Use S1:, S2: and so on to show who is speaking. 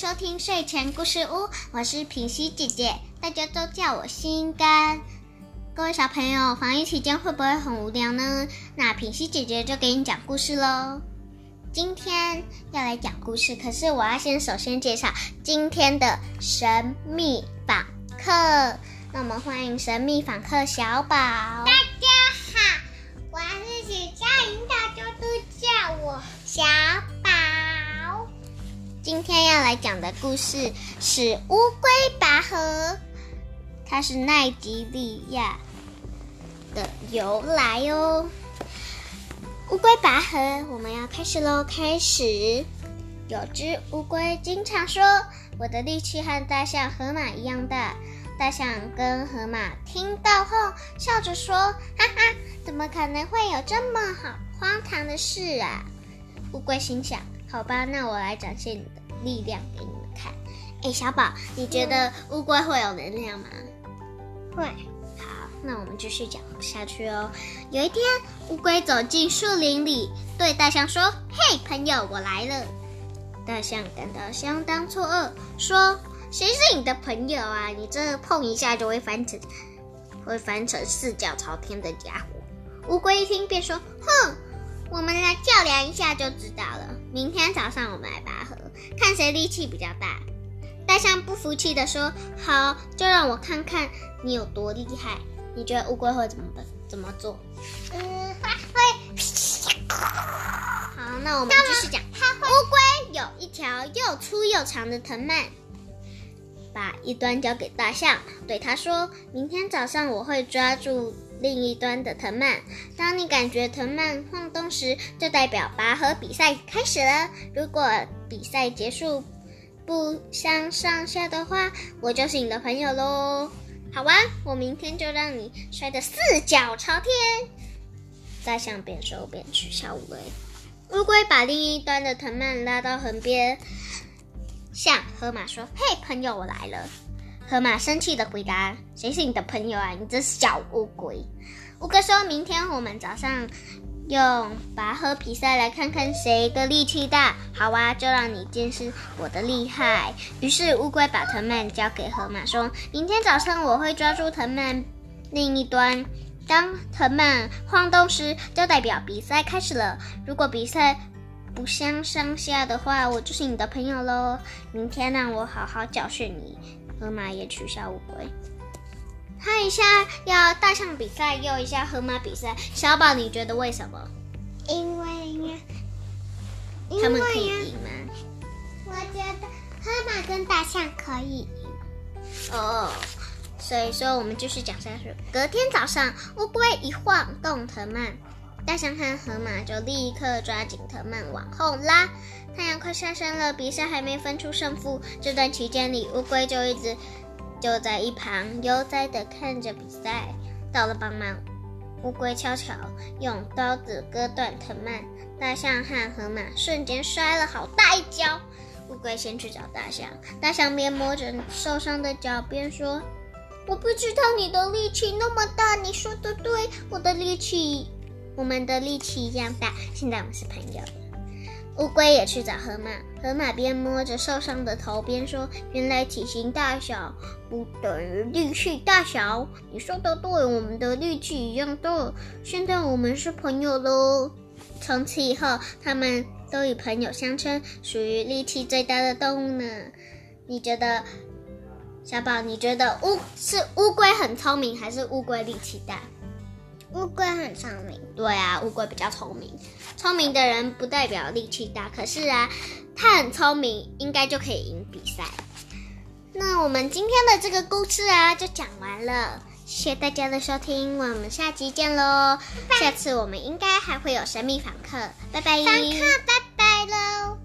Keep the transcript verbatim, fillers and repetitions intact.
S1: 收听睡前故事屋，我是品熙姐姐，大家都叫我心肝。各位小朋友，防疫期间会不会很无聊呢？那品熙姐姐就给你讲故事咯。今天要来讲故事，可是我要先首先介绍今天的神秘访客。那我们欢迎神秘访客小宝。
S2: 大家好，我是许佳莹，大家都叫我小宝。
S1: 今天要来讲的故事是乌龟拔河，它是奈及利亚的由来哦。乌龟拔河，我们要开始咯，开始。有只乌龟经常说，我的力气和大象、河马一样大。大象跟河马听到后笑着说，哈哈，怎么可能会有这么好荒唐的事啊？乌龟心想，好吧，那我来展现你的力量给你们看。哎，小宝，你觉得乌龟会有能量吗？
S2: 会。
S1: 好，那我们继续讲下去哦。有一天，乌龟走进树林里，对大象说，嘿，朋友，我来了。大象感到相当错愕，说，谁是你的朋友啊？你这碰一下就会翻成会翻成四脚朝天的家伙。乌龟一听便说，哼，我们来较量一下就知道了。明天早上我们来拔河，看谁力气比较大。大象不服气地说，好，就让我看看你有多厉害。你觉得乌龟会怎么怎么做？
S2: 嗯，它会。
S1: 好，那我们继续讲。乌龟有一条又粗又长的藤蔓，把一端交给大象，对他说，明天早上我会抓住另一端的藤蔓，当你感觉藤蔓晃动时，就代表拔河比赛开始了。如果比赛结束不相上下的话，我就是你的朋友咯。好啊，我明天就让你摔得四脚朝天。大象边说边取笑乌龟。乌龟把另一端的藤蔓拉到河边，向河马说，嘿，朋友，我来了。河马生气的回答，谁是你的朋友啊？你这小乌龟。乌龟说，明天我们早上用拔河比赛来看看谁的力气大。好啊，就让你见识我的厉害。于是乌龟把藤蔓交给河马，说，明天早上我会抓住藤蔓另一端，当藤蔓晃动时，就代表比赛开始了。如果比赛不相上下的话，我就是你的朋友咯。明天让我好好教训你。河马也取笑乌龟，他一下要大象比赛，又一下河马比赛。小宝，你觉得为什么？
S2: 因为呀，
S1: 他们可以赢吗？
S2: 我觉得河马跟大象可以赢。
S1: 哦，所以说我们继续讲下去。隔天早上，乌龟一晃动藤蔓，大象和河马就立刻抓紧藤蔓往后拉。太阳快下山了，比赛还没分出胜负。这段期间里，乌龟就一直就在一旁悠哉地看着比赛。到了傍晚，乌龟悄悄用刀子割断藤蔓，大象和河马瞬间摔了好大一跤。乌龟先去找大象，大象边摸着受伤的脚边说，我不知道你的力气那么大，你说的对，我的力气我们的力气一样大，现在我们是朋友。乌龟也去找河马，河马边摸着受伤的头边说，原来体型大小不等于力气大小，你说的对，我们的力气一样大，现在我们是朋友咯。从此以后，他们都以朋友相称，属于力气最大的动物呢。你觉得小宝，你觉得乌是乌龟很聪明，还是乌龟力气大？
S2: 乌龟很聪明。
S1: 对啊，乌龟比较聪明。聪明的人不代表力气大，可是啊，他很聪明，应该就可以赢比赛。那我们今天的这个故事啊，就讲完了。谢谢大家的收听，我们下集见咯。下次我们应该还会有神秘访客，拜拜。
S2: 访客，拜拜喽。